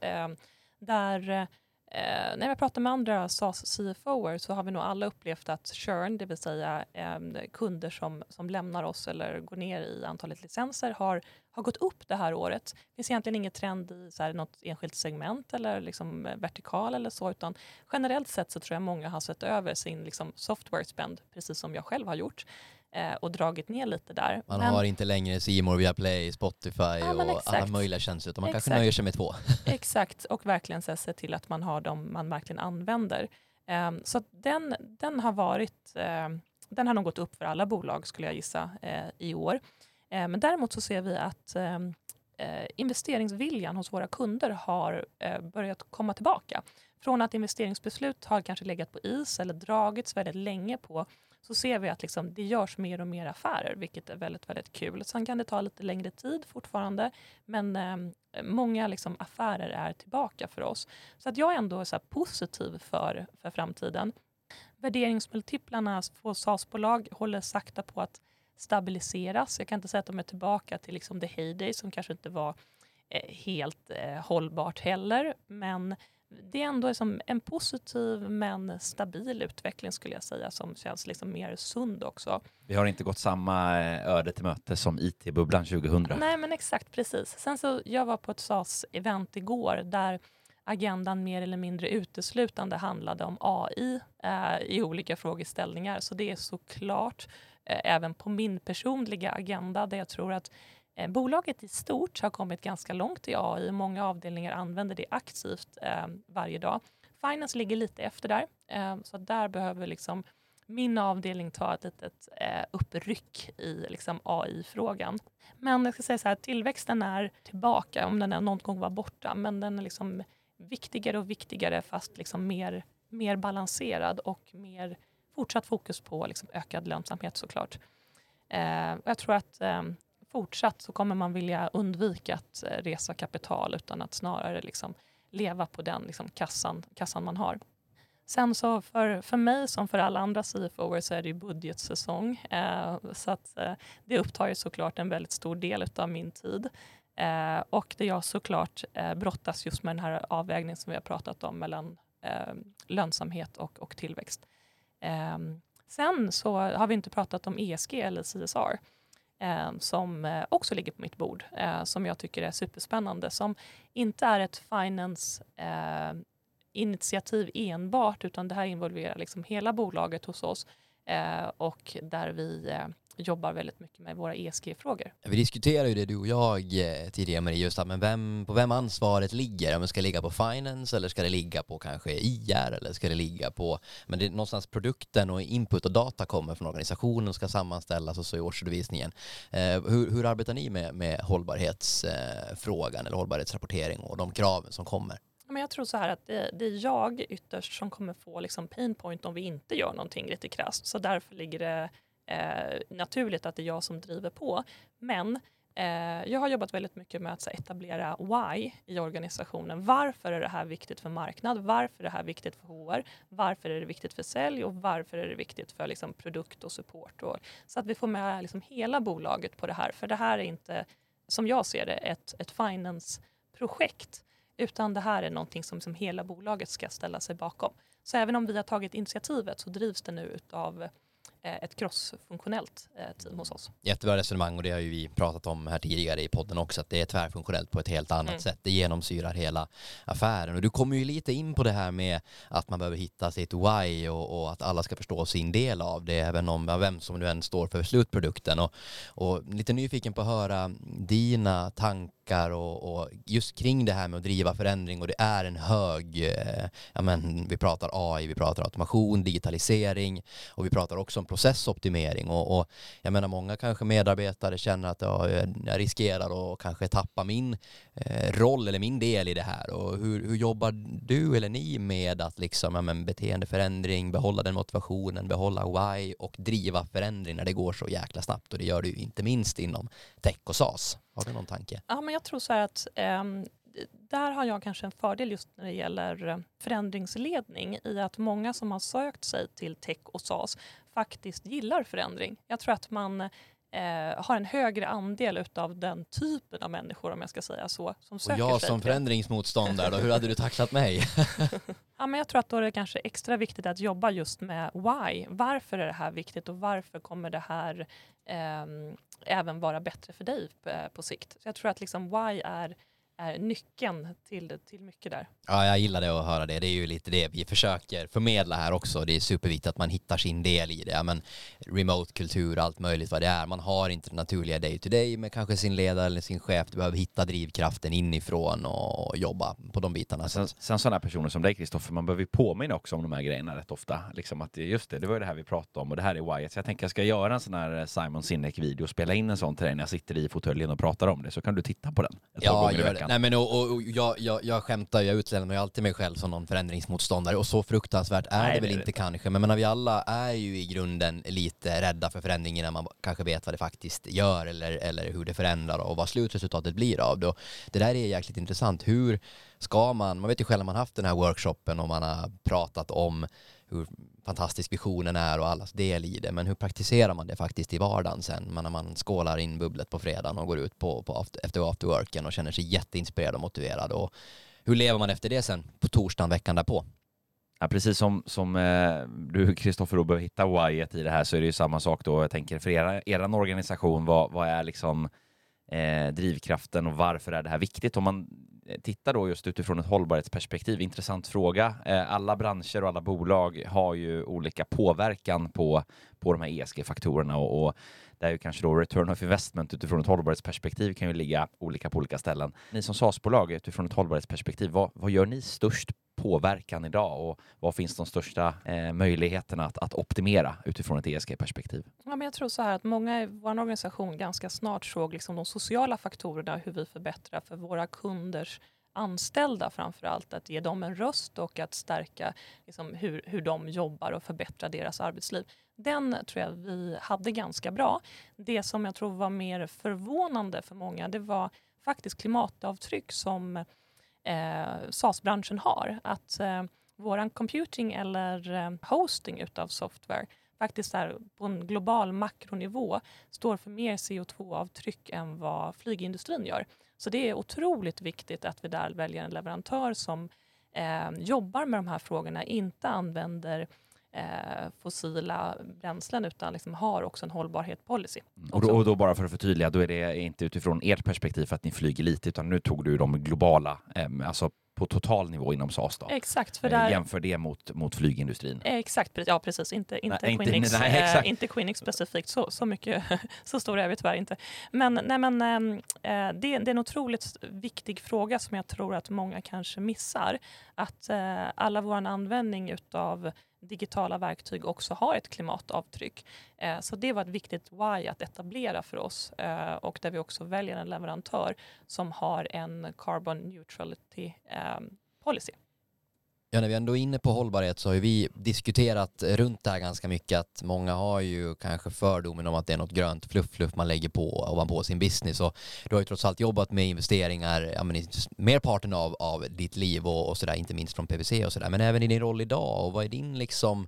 När vi pratar med andra SaaS-CFOer så har vi nog alla upplevt att churn, det vill säga kunder som lämnar oss eller går ner i antalet licenser har gått upp det här året. Det finns egentligen ingen trend i något enskilt segment eller liksom vertikal eller så, utan generellt sett så tror jag många har sett över sin liksom software spend, precis som jag själv har gjort. Och dragit ner lite där. Man har inte längre C More, Viaplay, Spotify och alla möjliga tjänster utan man kanske nöjer sig med 2. Exakt, och verkligen se till att man har dem man verkligen använder. Så den har nog gått upp för alla bolag skulle jag gissa i år. Men däremot så ser vi att investeringsviljan hos våra kunder har börjat komma tillbaka. Från att investeringsbeslut har kanske legat på is eller dragits väldigt länge på, så ser vi att liksom det görs mer och mer affärer, vilket är väldigt, väldigt kul. Sen kan det ta lite längre tid fortfarande, men många liksom affärer är tillbaka för oss. Så att jag är ändå så här positiv för framtiden. Värderingsmultiplarna på SaaS-bolag håller sakta på att stabiliseras. Jag kan inte säga att de är tillbaka till liksom the heyday som kanske inte var helt hållbart heller, men det är ändå som en positiv men stabil utveckling skulle jag säga, som känns liksom mer sund också. Vi har inte gått samma öde till möte som IT-bubblan 2000. Nej, men exakt, precis. Sen så jag var på ett SAS-event igår där agendan mer eller mindre uteslutande handlade om AI i olika frågeställningar. Så det är såklart även på min personliga agenda där jag tror att bolaget i stort har kommit ganska långt i AI. Många avdelningar använder det aktivt varje dag. Finance ligger lite efter där. Så där behöver liksom min avdelning ta ett litet uppryck i liksom AI-frågan. Men jag ska säga så här, tillväxten är tillbaka om den är någon gång var borta. Men den är liksom viktigare och viktigare fast liksom mer balanserad och mer fortsatt fokus på liksom ökad lönsamhet såklart. Jag tror att fortsatt så kommer man vilja undvika att resa kapital utan att snarare liksom leva på den liksom kassan man har. Sen så för mig som för alla andra CFOer så är det ju budgetsäsong. Så att det upptar ju såklart en väldigt stor del av min tid. Och det jag såklart brottas just med den här avvägningen som vi har pratat om mellan lönsamhet och tillväxt. Sen så har vi inte pratat om ESG eller CSR. Som också ligger på mitt bord, som jag tycker är superspännande, som inte är ett finance-initiativ enbart, utan det här involverar liksom hela bolaget hos oss och där vi jobbar väldigt mycket med våra ESG-frågor. Vi diskuterar ju det du och jag tidigare med just att men på vem ansvaret ligger. Om det ska ligga på finance eller ska det ligga på kanske IR eller ska det ligga på, men det är någonstans produkten och input och data kommer från organisationen och ska sammanställas och så i årsredovisningen. Hur arbetar ni med hållbarhetsfrågan eller hållbarhetsrapportering och de kraven som kommer? Men jag tror så här att det är jag ytterst som kommer få liksom pain point om vi inte gör någonting lite krasst. Så därför ligger det naturligt att det är jag som driver på. Men jag har jobbat väldigt mycket med att etablera why i organisationen. Varför är det här viktigt för marknad? Varför är det här viktigt för HR? Varför är det viktigt för sälj? Och varför är det viktigt för liksom, produkt och support? Så att vi får med liksom, hela bolaget på det här. För det här är inte, som jag ser det, ett finance-projekt. Utan det här är någonting som hela bolaget ska ställa sig bakom. Så även om vi har tagit initiativet så drivs det nu av ett crossfunktionellt team hos oss. Jättebra resonemang och det har ju vi pratat om här tidigare i podden också, att det är tvärfunktionellt på ett helt annat sätt. Det genomsyrar hela affären och du kommer ju lite in på det här med att man behöver hitta sitt why och att alla ska förstå sin del av det, även om vem som nu än står för slutprodukten och lite nyfiken på att höra dina tankar och just kring det här med att driva förändring och det är en hög, vi pratar AI, vi pratar automation, digitalisering och vi pratar också om processoptimering och jag menar många kanske medarbetare känner att jag riskerar att kanske tappa min roll eller min del i det här och hur jobbar du eller ni med att liksom beteendeförändring, behålla den motivationen, behålla why och driva förändring när det går så jäkla snabbt och det gör du inte minst inom tech och SaaS. Har du någon tanke? Ja, men jag tror så här att där har jag kanske en fördel just när det gäller förändringsledning i att många som har sökt sig till tech och SaaS faktiskt gillar förändring. Jag tror att man har en högre andel av den typen av människor, om jag ska säga så, som söker sig. Och jag som förändringsmotståndare då, hur hade du tacklat mig? Ja, men jag tror att då är det kanske extra viktigt att jobba just med why. Varför är det här viktigt och varför kommer det här även vara bättre för dig på sikt? Så jag tror att liksom why är nyckeln till mycket där. Ja, jag gillar det att höra det. Det är ju lite det vi försöker förmedla här också. Det är superviktigt att man hittar sin del i det. Men remote-kultur, allt möjligt vad det är. Man har inte det naturliga day-to-day med kanske sin ledare eller sin chef. Du behöver hitta drivkraften inifrån och jobba på de bitarna. Sen sådana personer som dig, Kristoffer, man behöver ju påminna också om de här grejerna rätt ofta. Liksom att just det var det här vi pratade om och det här är why. Så jag tänker jag ska göra en sån här Simon Sinek-video och spela in en sån till dig när jag sitter i fåtöljen och pratar om det. Så kan du titta på den ett par gånger i veckan. Nej, men jag skämtar, jag utlämnar ju alltid mig själv som någon förändringsmotståndare och så fruktansvärt är det väl inte kanske. Men vi alla är ju i grunden lite rädda för förändringen när man kanske vet vad det faktiskt gör eller hur det förändrar och vad slutresultatet blir av det. Det där är jäkligt intressant. Hur ska man vet ju själv när man haft den här workshopen och man har pratat om hur fantastisk visionen är och allas del i det. Men hur praktiserar man det faktiskt i vardagen sen? När man skålar in bubblet på fredagen och går ut på after worken och känner sig jätteinspirerad och motiverad. Och hur lever man efter det sen på torsdagen veckan därpå? Ja, precis som du, Kristoffer, då behöver hitta whyet i det här så är det ju samma sak då. Jag tänker för er organisation, vad är liksom drivkraften och varför är det här viktigt? Om man tittar då just utifrån ett hållbarhetsperspektiv, intressant fråga. Alla branscher och alla bolag har ju olika påverkan på de här ESG-faktorerna och där är ju kanske då return of investment utifrån ett hållbarhetsperspektiv kan ju ligga olika på olika ställen. Ni som SaaS-bolag utifrån ett hållbarhetsperspektiv, vad gör ni störst påverkan idag och vad finns de största möjligheterna att optimera utifrån ett ESG-perspektiv? Ja, men jag tror så här att många i vår organisation ganska snart såg liksom de sociala faktorerna, hur vi förbättrar för våra kunders anställda framför allt, att ge dem en röst och att stärka liksom, hur de jobbar och förbättra deras arbetsliv. Den tror jag vi hade ganska bra. Det som jag tror var mer förvånande för många, det var faktiskt klimatavtryck som SaaS-branschen har. Att våran computing eller hosting utav software faktiskt är på en global makronivå står för mer CO2-avtryck än vad flygindustrin gör. Så det är otroligt viktigt att vi där väljer en leverantör som jobbar med de här frågorna, inte använder fossila bränslen utan liksom har också en hållbarhetspolicy. Och då bara för att förtydliga, då är det inte utifrån ert perspektiv för att ni flyger lite utan nu tog du de globala, alltså på total nivå inom SAS då. Exakt. För där... Jämför det mot flygindustrin. Exakt, ja precis. Inte Quinix specifikt. Så mycket, så stor är vi tyvärr inte. Men det är en otroligt viktig fråga som jag tror att många kanske missar. Att alla vår användning utav digitala verktyg också har ett klimatavtryck. Så det var ett viktigt why att etablera för oss. Och där vi också väljer en leverantör som har en carbon neutrality policy. Ja, när vi ändå är inne på hållbarhet så har vi diskuterat runt det här ganska mycket, att många har ju kanske fördomen om att det är något grönt fluff man lägger på ovanpå sin business, och du har ju trots allt jobbat med investeringar i merparten av ditt liv och sådär, inte minst från PwC och sådär, men även i din roll idag, och vad är din liksom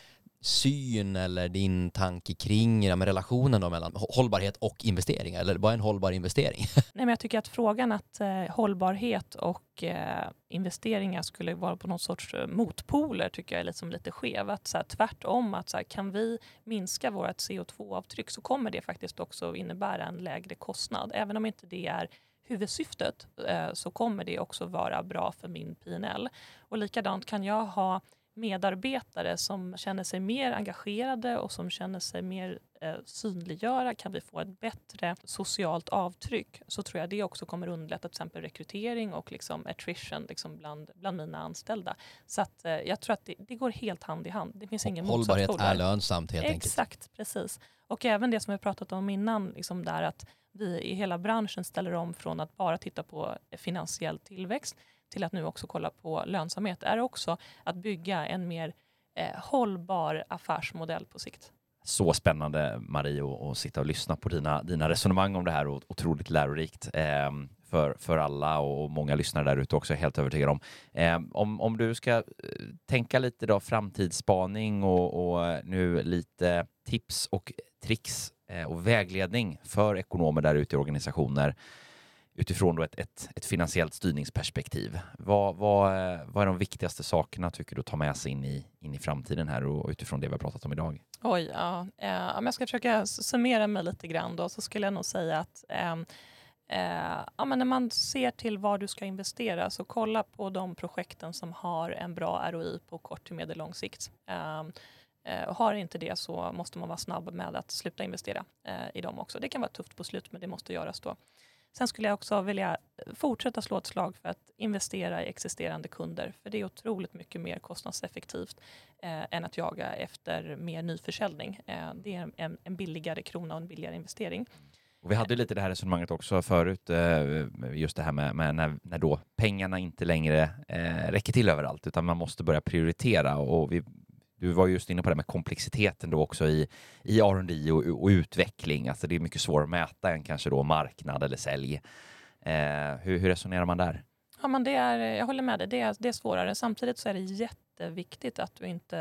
syn eller din tanke kring relationen då mellan hållbarhet och investeringar, eller vad är en hållbar investering? Nej, men jag tycker att frågan att hållbarhet och investeringar skulle vara på någon sorts motpoler tycker jag är liksom lite skev. Att, så här, tvärtom, att så här, kan vi minska vårt CO2-avtryck så kommer det faktiskt också innebära en lägre kostnad. Även om inte det är huvudsyftet så kommer det också vara bra för min P&L. Och likadant kan jag ha medarbetare som känner sig mer engagerade och som känner sig mer synliggöra, kan vi få ett bättre socialt avtryck, så tror jag det också kommer underlätta till exempel rekrytering och liksom attrition liksom bland mina anställda. Så att jag tror att det går helt hand i hand. Det finns ingen hållbarhet motsatsförhållande. är lönsamt helt enkelt. Exakt, precis. Och även det som vi pratat om innan, liksom där att vi i hela branschen ställer om från att bara titta på finansiell tillväxt till att nu också kolla på lönsamhet, är också att bygga en mer hållbar affärsmodell på sikt. Så spännande, Marie, att sitta och lyssna på dina resonemang om det här, och otroligt lärorikt för alla och många lyssnare där ute också, är helt övertygad om. Om du ska tänka lite då framtidsspaning och nu lite tips och tricks och vägledning för ekonomer där ute i organisationer utifrån då ett finansiellt styrningsperspektiv. Vad är de viktigaste sakerna tycker du att ta med sig in i framtiden här, och utifrån det vi har pratat om idag? Oj, ja. Om jag ska försöka summera mig lite grann då, så skulle jag nog säga att men när man ser till vad du ska investera, så kolla på de projekten som har en bra ROI på kort till medellång sikt. Har inte det så måste man vara snabb med att sluta investera i dem också. Det kan vara tufft på slut, men det måste göras då. Sen skulle jag också vilja fortsätta slå ett slag för att investera i existerande kunder. För det är otroligt mycket mer kostnadseffektivt än att jaga efter mer nyförsäljning. Det är en billigare krona och en billigare investering. Och vi hade lite det här resonemanget också förut, just det här med när då pengarna inte längre räcker till överallt, utan man måste börja prioritera. Och du var just inne på det med komplexiteten då också i R&D och utveckling. Alltså det är mycket svårare att mäta än kanske då marknad eller sälj. Hur resonerar man där? Ja, men jag håller med dig. Det är svårare. Samtidigt så är det jätteviktigt att du inte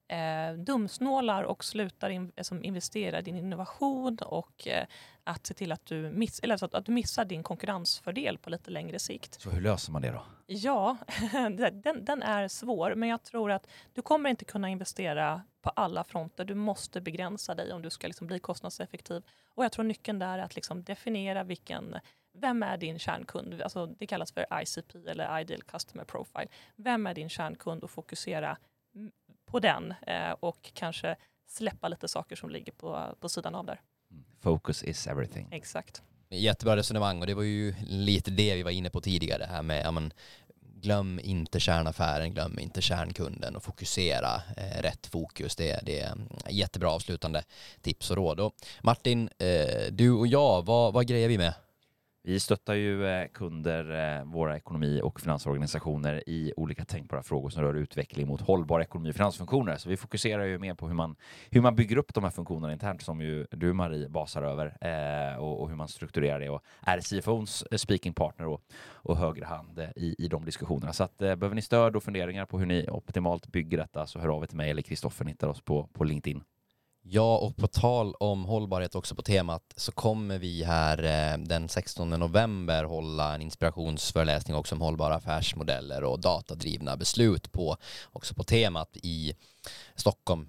dumsnålar och slutar investera i din innovation, och att se till att du missar din konkurrensfördel på lite längre sikt. Så hur löser man det då? Ja, den är svår, men jag tror att du kommer inte kunna investera på alla fronter. Du måste begränsa dig om du ska liksom bli kostnadseffektiv. Och jag tror nyckeln där är att liksom definiera vem är din kärnkund? Alltså det kallas för ICP eller Ideal Customer Profile. Vem är din kärnkund, och fokusera på den och kanske släppa lite saker som ligger på sidan av där. Focus is everything. Exakt. Jättebra resonemang, och det var ju lite det vi var inne på tidigare här med glöm inte kärnaffären, glöm inte kärnkunden, och fokusera rätt fokus. Det är jättebra avslutande tips och råd. Och Martin, du och jag, vad grejer vi med? Vi stöttar ju kunder, våra ekonomi- och finansorganisationer i olika tänkbara frågor som rör utveckling mot hållbar ekonomi och finansfunktioner. Så vi fokuserar ju mer på hur man bygger upp de här funktionerna internt, som ju du, Marie, basar över, och hur man strukturerar det, och är CFO:s speaking partner och högre hand i de diskussionerna. Så att behöver ni stöd och funderingar på hur ni optimalt bygger detta, så hör av er till mig eller Kristoffer, hittar oss på LinkedIn. Ja, och på tal om hållbarhet också på temat, så kommer vi här den 16 november hålla en inspirationsföreläsning också om hållbara affärsmodeller och datadrivna beslut också på temat i Stockholm.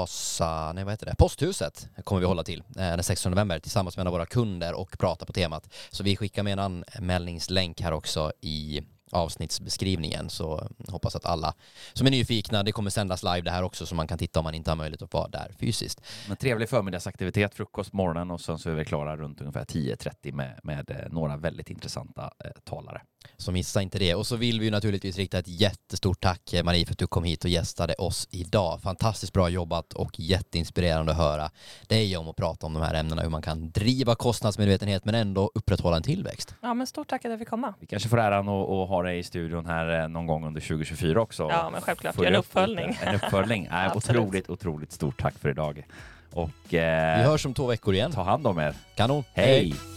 Posthuset kommer vi hålla till den 16 november tillsammans med en av våra kunder och prata på temat. Så vi skickar med en anmälningslänk här också i avsnittsbeskrivningen, så hoppas att alla som är nyfikna, det kommer sändas live det här också så man kan titta om man inte har möjlighet att vara där fysiskt. En trevlig förmiddagsaktivitet, frukost morgonen och sen så är vi klara runt ungefär 10:30 med några väldigt intressanta talare. Så missa inte det. Och så vill vi ju naturligtvis rikta ett jättestort tack Marie för att du kom hit och gästade oss idag. Fantastiskt bra jobbat och jätteinspirerande att höra dig om att prata om de här ämnena, hur man kan driva kostnadsmedvetenhet men ändå upprätthålla en tillväxt. Ja, men stort tack att jag fick komma. Vi kanske får äran att ha dig i studion här någon gång under 2024 också. Ja, men självklart. Gör en uppföljning. En uppföljning. Otroligt stort tack för idag. Och vi hörs om 2 veckor igen. Ta hand om er. Kanon. Hej.